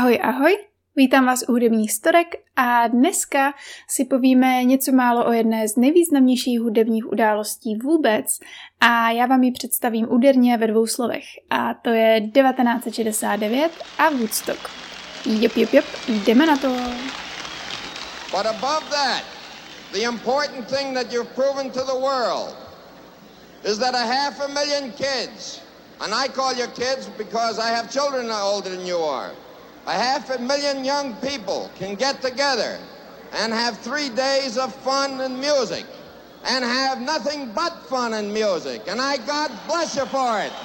Ahoj, ahoj, vítám vás u Hudebních storek a dneska si povíme něco málo o jedné z nejvýznamnějších hudebních událostí vůbec a já vám ji představím úderně ve 2 slovech a to je 1969 a Woodstock. Jop, jdeme na to. But above that, the important thing that you've proven to the world is that 500,000 kids, and I call you kids because I have children older than you are, 500,000 young people can get together and have 3 days of fun and music and have nothing but fun and music, and I God bless you for it.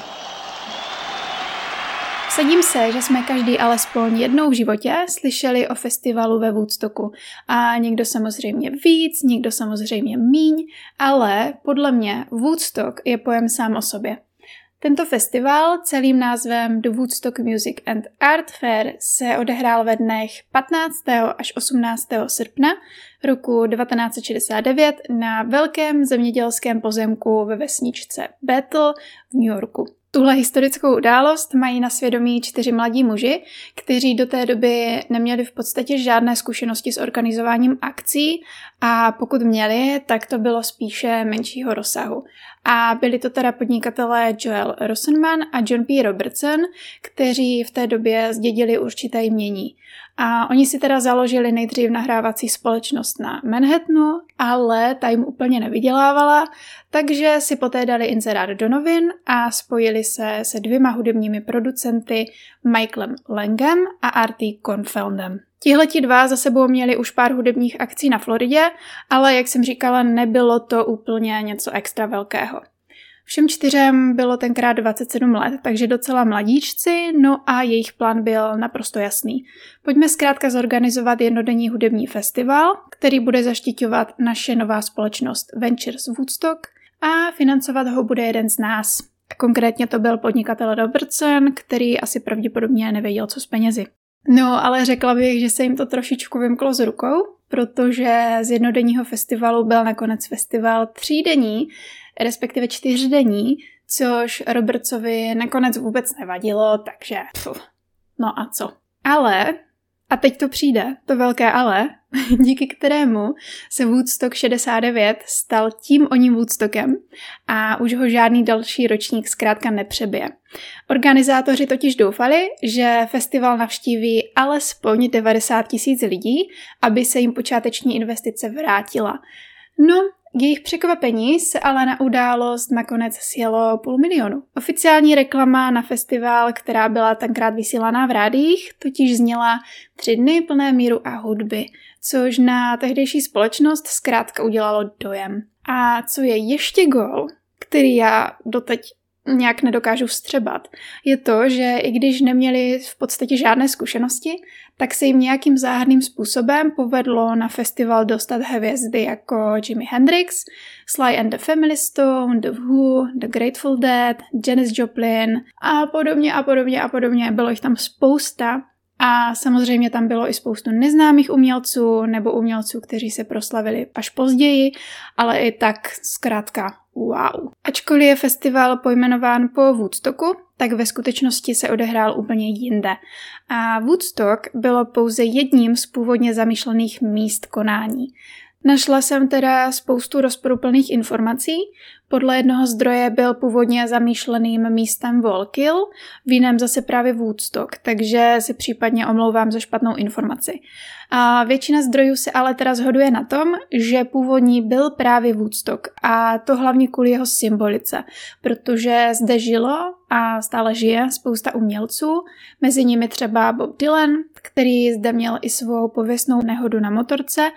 Vsadím se, že jsme každý alespoň jednou v životě slyšeli o festivalu ve Woodstocku. A někdo samozřejmě víc, někdo samozřejmě míň, ale podle mě Woodstock je pojem sám o sobě. Tento festival celým názvem The Woodstock Music and Art Fair se odehrál ve dnech 15. až 18. srpna roku 1969 na velkém zemědělském pozemku ve vesničce Bethel v New Yorku. Tuhle historickou událost mají na svědomí 4 mladí muži, kteří do té doby neměli v podstatě žádné zkušenosti s organizováním akcí a pokud měli, tak to bylo spíše menšího rozsahu. A byli to teda podnikatelé Joel Rosenman a John P. Robertson, kteří v té době zdědili určité jmění. A oni si teda založili nejdřív nahrávací společnost na Manhattanu, ale ta jim úplně nevydělávala, takže si poté dali inzerát do novin a spojili se 2 hudebními producenty Michaelem Langem a Artie Kornfeldem. Tihleti 2 za sebou měli už pár hudebních akcí na Floridě, ale jak jsem říkala, nebylo to úplně něco extra velkého. Všem 4 bylo tenkrát 27 let, takže docela mladíčci, no a jejich plán byl naprosto jasný. Pojďme zkrátka zorganizovat jednodenní hudební festival, který bude zaštiťovat naše nová společnost Ventures Woodstock a financovat ho bude jeden z nás. Konkrétně to byl podnikatel Robertson, který asi pravděpodobně nevěděl, co s penězi. No, ale řekla bych, že se jim to trošičku vymklo z rukou, protože z jednodenního festivalu byl nakonec festival 3denní, respektive 4denní, což Robertsovi nakonec vůbec nevadilo, takže no a co. Ale, a teď to přijde, to velké ale, díky kterému se Woodstock 69 stal tím oním Woodstockem a už ho žádný další ročník zkrátka nepřebije. Organizátoři totiž doufali, že festival navštíví alespoň 90 000 lidí, aby se jim počáteční investice vrátila. No, k jejich překvapení se ale na událost nakonec sjelo 500 000. Oficiální reklama na festival, která byla tenkrát vysílaná v rádiích, totiž zněla 3 dny plné míru a hudby, což na tehdejší společnost zkrátka udělalo dojem. A co je ještě gól, který já doteď nějak nedokážu vstřebat, je to, že i když neměli v podstatě žádné zkušenosti, tak se jim nějakým záhadným způsobem povedlo na festival dostat hvězdy jako Jimi Hendrix, Sly and the Family Stone, The Who, The Grateful Dead, Janis Joplin a podobně. Bylo jich tam spousta a samozřejmě tam bylo i spoustu neznámých umělců nebo umělců, kteří se proslavili až později, ale i tak zkrátka wow. Ačkoliv je festival pojmenován po Woodstocku, tak ve skutečnosti se odehrál úplně jinde. A Woodstock bylo pouze jedním z původně zamýšlených míst konání. Našla jsem teda spoustu rozporuplných informací. Podle jednoho zdroje byl původně zamýšleným místem Wallkill, v jiném zase právě Woodstock, takže se případně omlouvám za špatnou informaci. A většina zdrojů se ale teda shoduje na tom, že původní byl právě Woodstock a to hlavně kvůli jeho symbolice, protože zde žilo a stále žije spousta umělců, mezi nimi třeba Bob Dylan, který zde měl i svou pověstnou nehodu na motorce,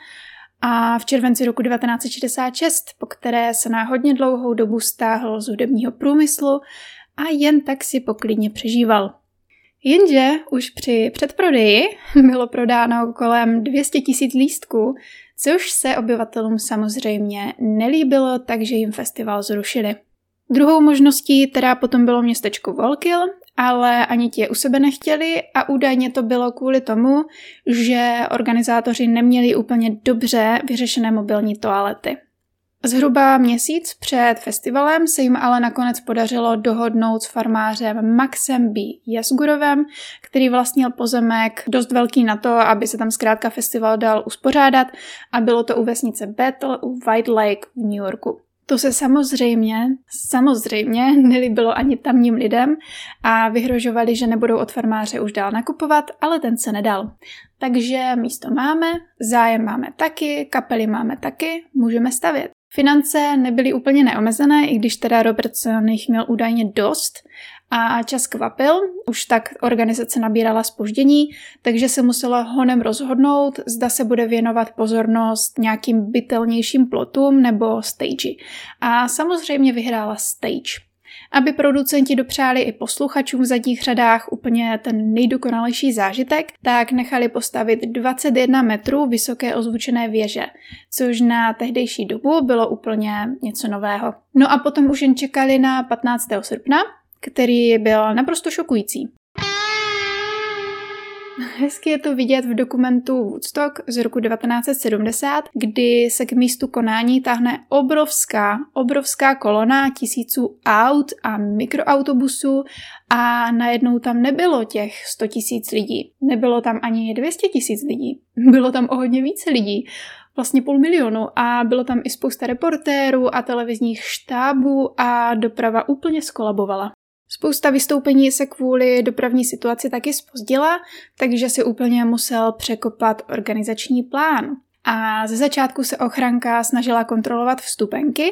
a v červenci roku 1966, po které se na hodně dlouhou dobu stáhl z hudebního průmyslu a jen tak si poklidně přežíval. Jenže už při předprodeji bylo prodáno kolem 200 000 lístků, což se obyvatelům samozřejmě nelíbilo, takže jim festival zrušili. Druhou možností teda potom bylo městečko Wallkill, ale ani ti je u sebe nechtěli a údajně to bylo kvůli tomu, že organizátoři neměli úplně dobře vyřešené mobilní toalety. Zhruba měsíc před festivalem se jim ale nakonec podařilo dohodnout s farmářem Maxem B. Jasgurovem, který vlastnil pozemek dost velký na to, aby se tam zkrátka festival dal uspořádat, a bylo to u vesnice Bethel u White Lake v New Yorku. To se samozřejmě nelíbilo ani tamním lidem a vyhrožovali, že nebudou od farmáře už dál nakupovat, ale ten se nedal. Takže místo máme, zájem máme taky, kapely máme taky, můžeme stavět. Finance nebyly úplně neomezené, i když teda Robertson jich měl údajně dost a čas kvapil, už tak organizace nabírala zpoždění, takže se muselo honem rozhodnout, zda se bude věnovat pozornost nějakým bytelnějším plotům nebo stage. A samozřejmě vyhrála stage. Aby producenti dopřáli i posluchačům v zadních řadách úplně ten nejdokonalejší zážitek, tak nechali postavit 21 metrů vysoké ozvučené věže, což na tehdejší dobu bylo úplně něco nového. No a potom už jen čekali na 15. srpna, který byl naprosto šokující. Hezky je to vidět v dokumentu Woodstock z roku 1970, kdy se k místu konání táhne obrovská kolona tisíců aut a mikroautobusů a najednou tam nebylo těch 100 000 lidí. Nebylo tam ani 200 000 lidí. Bylo tam o hodně více lidí. Vlastně 500 000 a bylo tam i spousta reportérů a televizních štábů a doprava úplně skolabovala. Spousta vystoupení se kvůli dopravní situaci taky zpozdila, takže si úplně musel překopat organizační plán. A ze začátku se ochranka snažila kontrolovat vstupenky,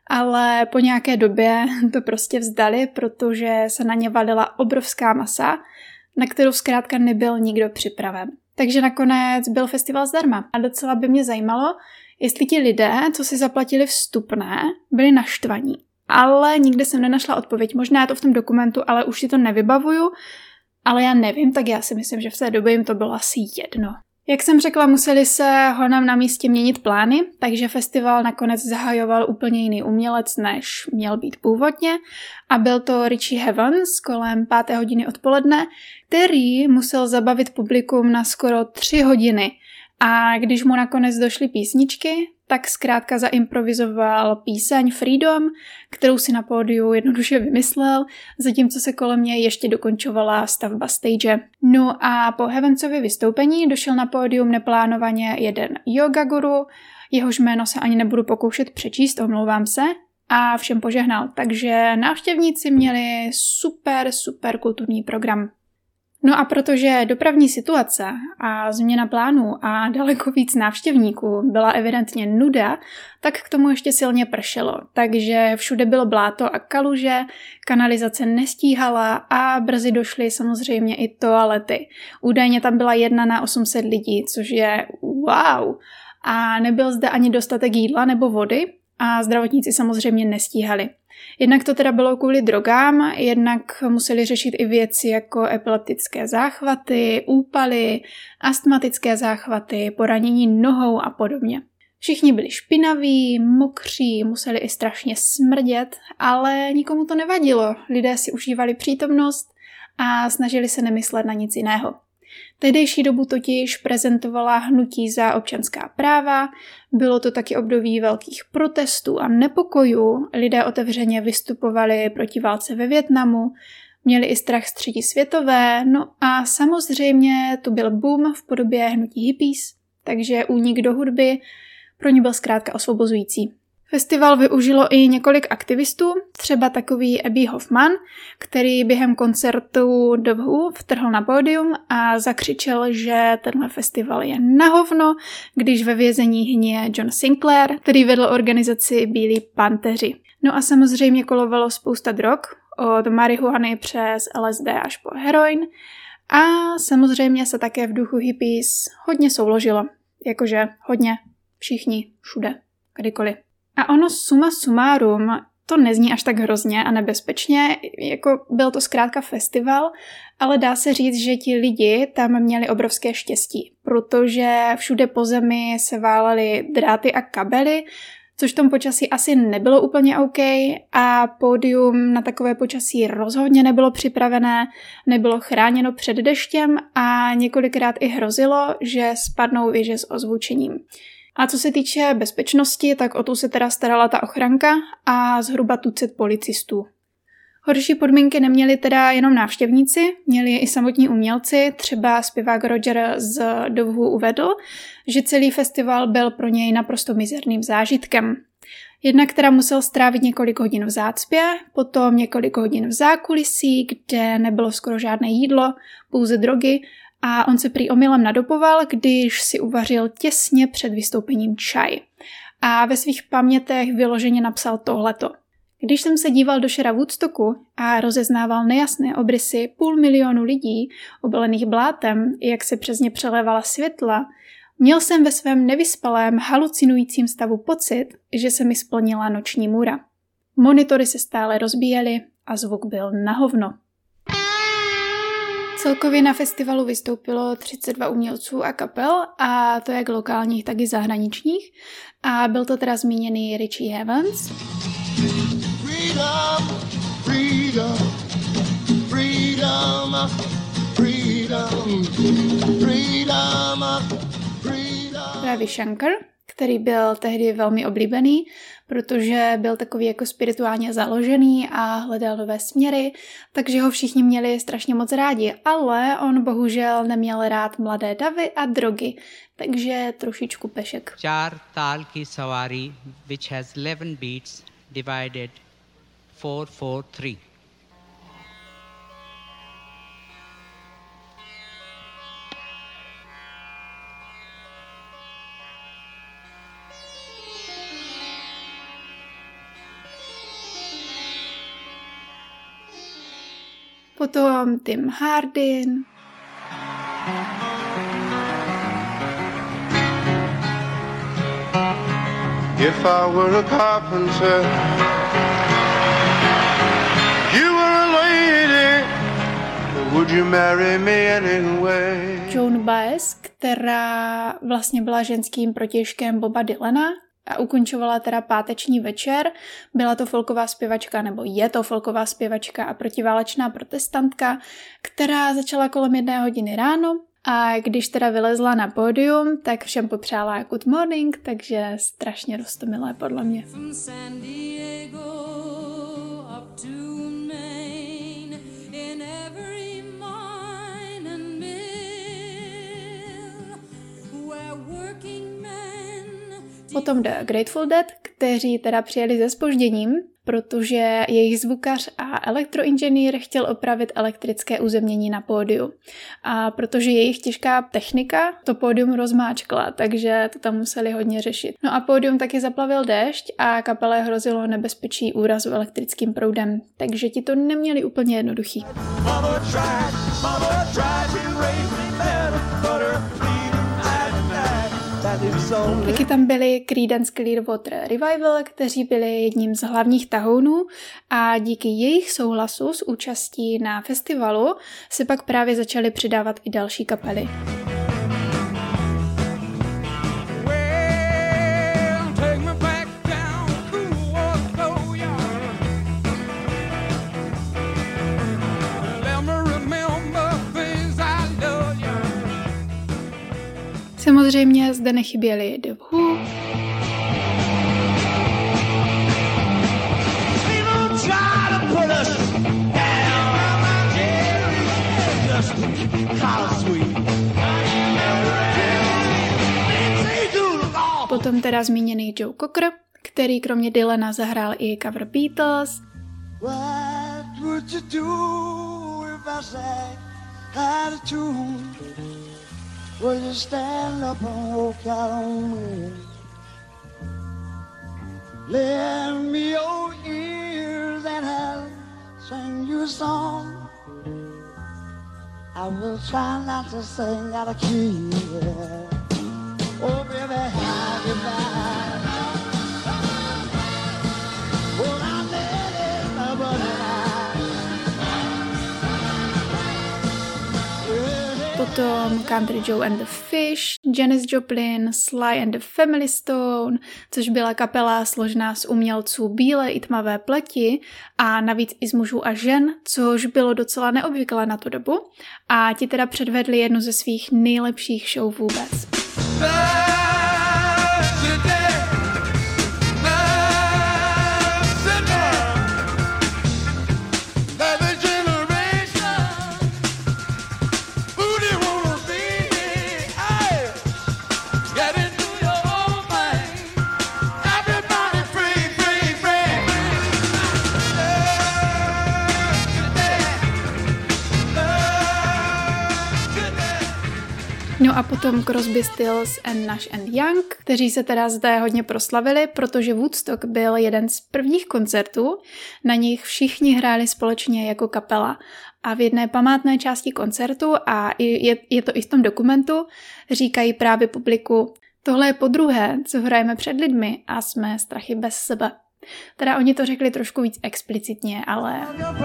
ale po nějaké době to prostě vzdali, protože se na ně valila obrovská masa, na kterou zkrátka nebyl nikdo připraven. Takže nakonec byl festival zdarma. A docela by mě zajímalo, jestli ti lidé, co si zaplatili vstupné, byli naštvaní. Ale nikde jsem nenašla odpověď. Možná je to v tom dokumentu, ale už si to nevybavuju. Ale já nevím, tak já si myslím, že v té době jim to bylo asi jedno. Jak jsem řekla, museli se honem na místě měnit plány, takže festival nakonec zahajoval úplně jiný umělec, než měl být původně. A byl to Richie Havens kolem 5. hodiny odpoledne, který musel zabavit publikum na skoro 3 hodiny. A když mu nakonec došly písničky, tak zkrátka zaimprovizoval píseň Freedom, kterou si na pódiu jednoduše vymyslel, zatímco se kolem něj ještě dokončovala stavba stage. No a po Havensově vystoupení došel na pódium neplánovaně jeden yoga guru, jehož jméno se ani nebudu pokoušet přečíst, omlouvám se, a všem požehnal. Takže návštěvníci měli super kulturní program. No a protože dopravní situace a změna plánů a daleko víc návštěvníků byla evidentně nuda, tak k tomu ještě silně pršelo. Takže všude bylo bláto a kaluže, kanalizace nestíhala a brzy došly samozřejmě i toalety. Údajně tam byla 1 na 800 lidí, což je wow. A nebyl zde ani dostatek jídla nebo vody a zdravotníci samozřejmě nestíhali. Jednak to teda bylo kvůli drogám, jednak museli řešit i věci jako epileptické záchvaty, úpaly, astmatické záchvaty, poranění nohou a podobně. Všichni byli špinaví, mokří, museli i strašně smrdět, ale nikomu to nevadilo. Lidé si užívali přítomnost a snažili se nemyslet na nic jiného. Tehdejší dobu totiž prezentovala hnutí za občanská práva, bylo to taky období velkých protestů a nepokojů, lidé otevřeně vystupovali proti válce ve Vietnamu, měli i strach z 3. světové, no a samozřejmě tu byl boom v podobě hnutí hippies, takže únik do hudby pro ně byl zkrátka osvobozující. Festival využilo i několik aktivistů, třeba takový Abbie Hoffman, který během koncertu The Who vtrhl na pódium a zakřičel, že tenhle festival je na hovno, když ve vězení hníje John Sinclair, který vedl organizaci Bílí panteři. No a samozřejmě kolovalo spousta drog, od marihuany přes LSD až po heroin a samozřejmě se také v duchu hippies hodně souložilo, jakože hodně, všichni, všude, kdykoliv. A ono suma sumárum, to nezní až tak hrozně a nebezpečně, jako byl to zkrátka festival, ale dá se říct, že ti lidi tam měli obrovské štěstí, protože všude po zemi se válaly dráty a kabely, což v tom počasí asi nebylo úplně OK a pódium na takové počasí rozhodně nebylo připravené, nebylo chráněno před deštěm a několikrát i hrozilo, že spadnou věže s ozvučením. A co se týče bezpečnosti, tak o tu se teda starala ta ochranka a zhruba tucet policistů. Horší podmínky neměli teda jenom návštěvníci, měli je i samotní umělci, třeba zpěvák Roger z Dove uvedl, že celý festival byl pro něj naprosto mizerným zážitkem. Jednak teda musel strávit několik hodin v zácpě, potom několik hodin v zákulisí, kde nebylo skoro žádné jídlo, pouze drogy a on se prý omylem nadopoval, když si uvařil těsně před vystoupením čaj. A ve svých pamětech vyloženě napsal tohleto. Když jsem se díval do šera Woodstocku a rozeznával nejasné obrysy 500 000 lidí obalených blátem, jak se přes ně přelévala světla, měl jsem ve svém nevyspalém, halucinujícím stavu pocit, že se mi splnila noční můra. Monitory se stále rozbíjely a zvuk byl na hovno. Celkově na festivalu vystoupilo 32 umělců a kapel, a to jak lokálních, tak i zahraničních. A byl to teda zmíněný Richie Havens, freedom, freedom, freedom, freedom, freedom, freedom. Ravi Shankar, který byl tehdy velmi oblíbený, protože byl takový jako spirituálně založený a hledal nové směry, takže ho všichni měli strašně moc rádi, ale on bohužel neměl rád mladé davy a drogy, takže trošičku pešek. Char tal ki sawari, which has 11 beats divided 4-4-3. Potom Tim Hardin. If I were a carpenter, you were a lady, would you marry me anyway? Joan Baez, která vlastně byla ženským protějškem Boba Dylana a ukončovala teda páteční večer. Byla to folková zpěvačka, nebo je to folková zpěvačka a protiválečná protestantka, která začala kolem 1 hodiny ráno a když teda vylezla na pódium, tak všem popřála good morning, takže strašně roztomilé podle mě. Potom The Grateful Dead, kteří teda přijeli se zpožděním, protože jejich zvukař a elektroinženýr chtěl opravit elektrické uzemnění na pódiu. A protože jejich těžká technika to pódium rozmáčkla, takže to tam museli hodně řešit. No a pódium taky zaplavil déšť a kapele hrozilo nebezpečí úrazu elektrickým proudem, takže ti to neměli úplně jednoduchý. Taky tam byli Creedence Clearwater Revival, kteří byli jedním z hlavních tahounů a díky jejich souhlasu s účastí na festivalu se pak právě začaly přidávat i další kapely. Samozřejmě zde nechyběly The Who, potom teda zmíněný Joe Cocker, který kromě Dylana zahrál i cover Beatles. What would you do if I sang out of tune? Will you stand up and walk out on me? Lend me your ears and I'll sing you a song. I will try not to sing out of key. Oh, baby, how you back? Well, I let it, my buddy. Potom Country Joe and the Fish, Janis Joplin, Sly and the Family Stone, což byla kapela složená z umělců bílé i tmavé pleti a navíc i z mužů a žen, což bylo docela neobvyklé na tu dobu. A ti teda předvedli jednu ze svých nejlepších show vůbec. No a potom Crosby, Stills and Nash & Young, kteří se teda zde hodně proslavili, protože Woodstock byl jeden z prvních koncertů, na nich všichni hráli společně jako kapela. A v jedné památné části koncertu, a je to i v tom dokumentu, říkají právě publiku: tohle je podruhé, co hrajeme před lidmi a jsme strachy bez sebe. Teda oni to řekli trošku víc explicitně, ale...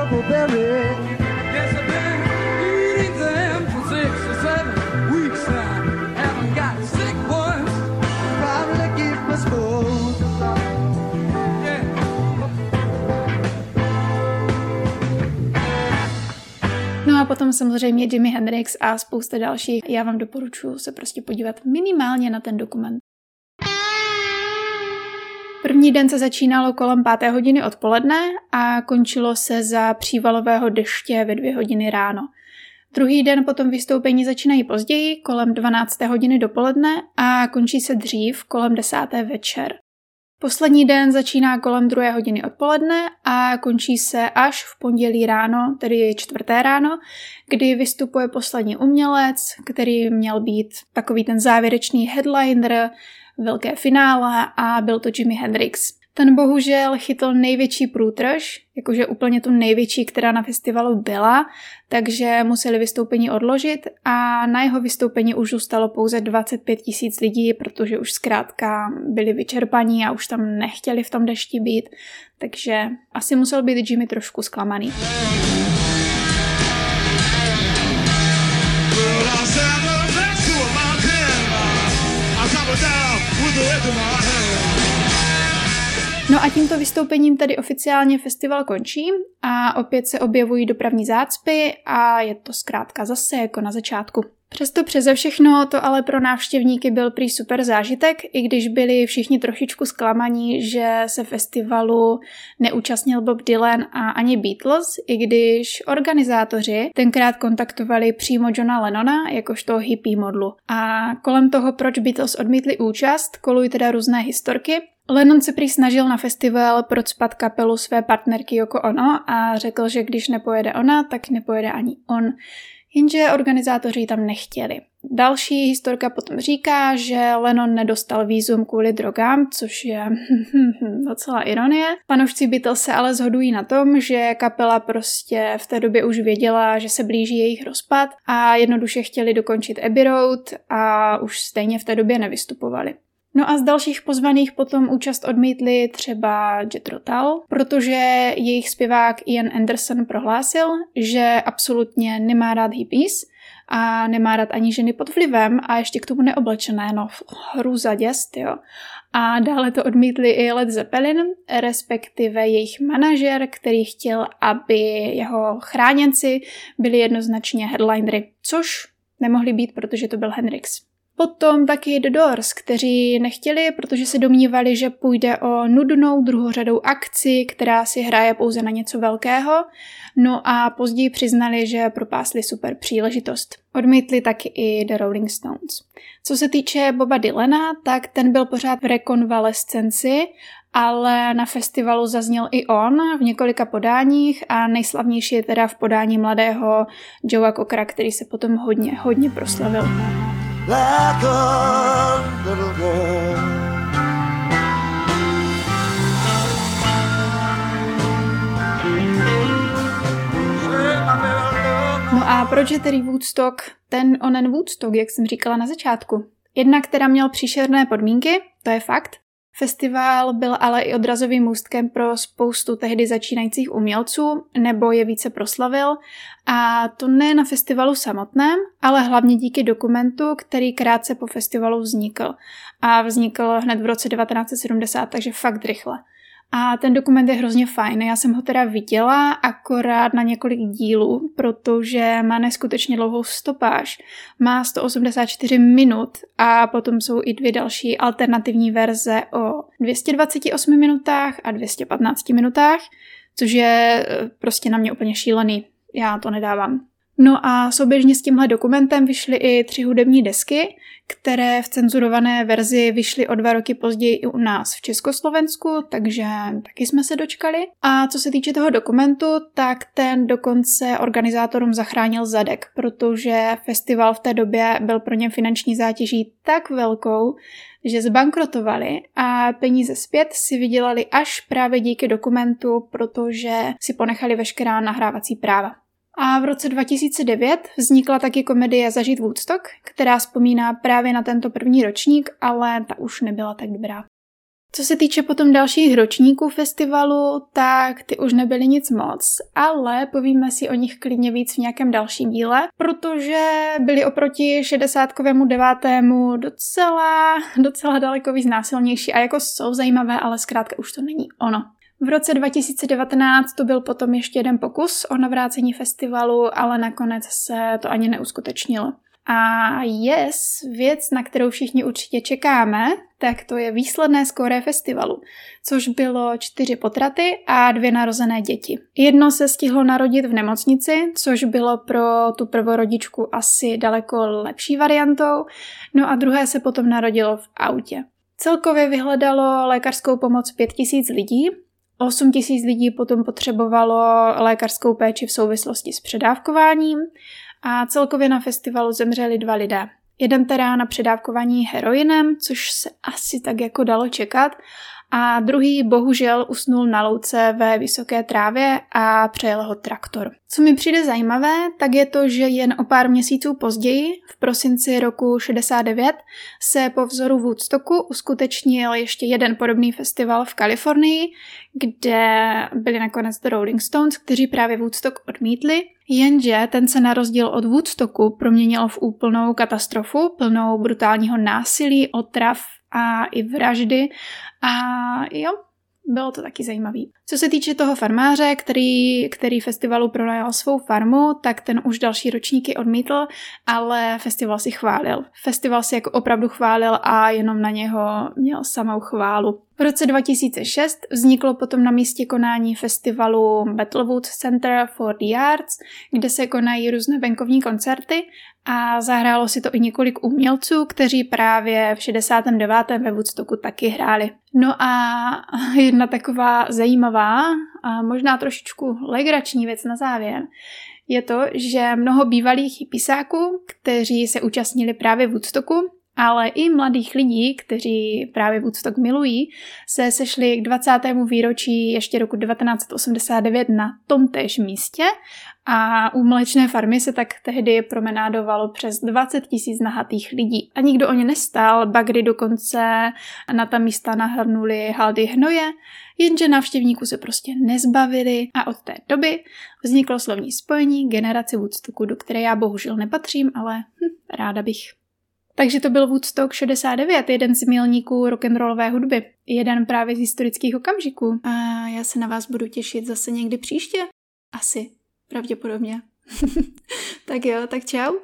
No a potom samozřejmě Jimi Hendrix a spousta dalších. Já vám doporučuji se prostě podívat minimálně na ten dokument. První den se začínalo kolem 5. hodiny odpoledne a končilo se za přívalového deště ve 2 hodiny ráno. Druhý den potom vystoupení začínají později, kolem 12. hodiny dopoledne a končí se dřív, kolem 10. večer. Poslední den začíná kolem 2 hodiny odpoledne a končí se až v pondělí ráno, tedy 4. ráno, kdy vystupuje poslední umělec, který měl být takový ten závěrečný headliner, velké finále, a byl to Jimi Hendrix. Ten bohužel chytl největší průtrž, jakože úplně tu největší, která na festivalu byla, takže museli vystoupení odložit a na jeho vystoupení už zůstalo pouze 25 000 lidí, protože už zkrátka byli vyčerpaní a už tam nechtěli v tom dešti být, takže asi musel být Jimmy trošku zklamaný. No a tímto vystoupením tedy oficiálně festival končí a opět se objevují dopravní zácpy a je to zkrátka zase jako na začátku. Přesto přeze všechno to ale pro návštěvníky byl prý super zážitek, i když byli všichni trošičku zklamaní, že se festivalu neúčastnil Bob Dylan a ani Beatles, i když organizátoři tenkrát kontaktovali přímo Johna Lennona jakožto hippie modlu. A kolem toho, proč Beatles odmítli účast, kolují teda různé historky. Lennon se prý snažil na festival procpat kapelu své partnerky Yoko Ono a řekl, že když nepojede ona, tak nepojede ani on. Jenže organizátoři tam nechtěli. Další historka potom říká, že Lennon nedostal vízum kvůli drogám, což je docela ironie. Fanoušci Beatles se ale shodují na tom, že kapela prostě v té době už věděla, že se blíží jejich rozpad a jednoduše chtěli dokončit Abbey Road a už stejně v té době nevystupovali. No a z dalších pozvaných potom účast odmítli třeba Jethro Tull, protože jejich zpěvák Ian Anderson prohlásil, že absolutně nemá rád hippies a nemá rád ani ženy pod vlivem a ještě k tomu neoblečené, no hrůza děst, jo. A dále to odmítli i Led Zeppelin, respektive jejich manažer, který chtěl, aby jeho chráněnci byli jednoznačně headlinery, což nemohli být, protože to byl Hendrix. Potom taky The Doors, kteří nechtěli, protože se domnívali, že půjde o nudnou druhořadou akci, která si hraje pouze na něco velkého, no a později přiznali, že propásli super příležitost. Odmítli taky i The Rolling Stones. Co se týče Boba Dylana, tak ten byl pořád v rekonvalescenci, ale na festivalu zazněl i on v několika podáních a nejslavnější je teda v podání mladého Joea Cockera, který se potom hodně proslavil. Like a little girl. No a proč je tedy Woodstock ten onen Woodstock, jak jsem říkala na začátku? Jednak teda měl příšerné podmínky, to je fakt. Festival byl ale i odrazovým můstkem pro spoustu tehdy začínajících umělců, nebo je více proslavil. A to ne na festivalu samotném, ale hlavně díky dokumentu, který krátce po festivalu vznikl. A vznikl hned v roce 1970, takže fakt rychle. A ten dokument je hrozně fajn. Já jsem ho teda viděla akorát na několik dílů, protože má neskutečně dlouhou stopáž. Má 184 minut a potom jsou i 2 další alternativní verze o 228 minutách a 215 minutách, což je prostě na mě úplně šílený. Já to nedávám. No a souběžně s tímhle dokumentem vyšly i 3 hudební desky, které v cenzurované verzi vyšly o 2 roky později i u nás v Československu, takže taky jsme se dočkali. A co se týče toho dokumentu, tak ten dokonce organizátorům zachránil zadek, protože festival v té době byl pro ně finanční zátěží tak velkou, že zbankrotovali a peníze zpět si vydělali až právě díky dokumentu, protože si ponechali veškerá nahrávací práva. A v roce 2009 vznikla taky komedie Zažít Woodstock, která vzpomíná právě na tento první ročník, ale ta už nebyla tak dobrá. Co se týče potom dalších ročníků festivalu, tak ty už nebyly nic moc, ale povíme si o nich klidně víc v nějakém dalším díle, protože byly oproti 69. docela daleko víc násilnější a jako jsou zajímavé, ale zkrátka už to není ono. V roce 2019 to byl potom ještě jeden pokus o navrácení festivalu, ale nakonec se to ani neuskutečnilo. A věc, na kterou všichni určitě čekáme, tak to je výsledné skóre festivalu, což bylo 4 potraty a 2 narozené děti. Jedno se stihlo narodit v nemocnici, což bylo pro tu prvorodičku asi daleko lepší variantou, no a druhé se potom narodilo v autě. Celkově vyhledalo lékařskou pomoc 5000 lidí, 8000 lidí potom potřebovalo lékařskou péči v souvislosti s předávkováním a celkově na festivalu zemřeli 2 lidé. Jeden teda na předávkování heroinem, což se asi tak jako dalo čekat, a druhý bohužel usnul na louce ve vysoké trávě a přejel ho traktor. Co mi přijde zajímavé, tak je to, že jen o pár měsíců později, v prosinci roku 69, se po vzoru Woodstocku uskutečnil ještě jeden podobný festival v Kalifornii, kde byli nakonec The Rolling Stones, kteří právě Woodstock odmítli, jenže ten se na rozdíl od Woodstocku proměnil v úplnou katastrofu, plnou brutálního násilí, otrav a i vraždy a jo, bylo to taky zajímavý. Co se týče toho farmáře, který festivalu pronajal svou farmu, tak ten už další ročníky odmítl, ale festival si chválil. Festival si jako opravdu chválil a jenom na něho měl samou chválu. V roce 2006 vzniklo potom na místě konání festivalu Battlewood Center for the Arts, kde se konají různé venkovní koncerty a zahrálo si to i několik umělců, kteří právě v 69. ve Woodstocku taky hráli. No a jedna taková zajímavá a možná trošičku legrační věc na závěr je to, že mnoho bývalých hippisáků, kteří se účastnili právě Woodstocku, ale i mladých lidí, kteří právě Woodstock milují, se sešli k 20. výročí ještě roku 1989 na tomtéž místě a u mléčné farmy se tak tehdy promenádovalo přes 20 000 nahatých lidí. A nikdo o ně nestál, bagry dokonce na ta místa nahrnuli haldy hnoje, jenže návštěvníků se prostě nezbavili a od té doby vzniklo slovní spojení generace Woodstocku, do které já bohužel nepatřím, ale ráda bych. Takže to byl Woodstock 69, jeden z milníků rock'n'rollové hudby. Jeden právě z historických okamžiků. A já se na vás budu těšit zase někdy příště. Asi. Pravděpodobně. Tak jo, tak čau.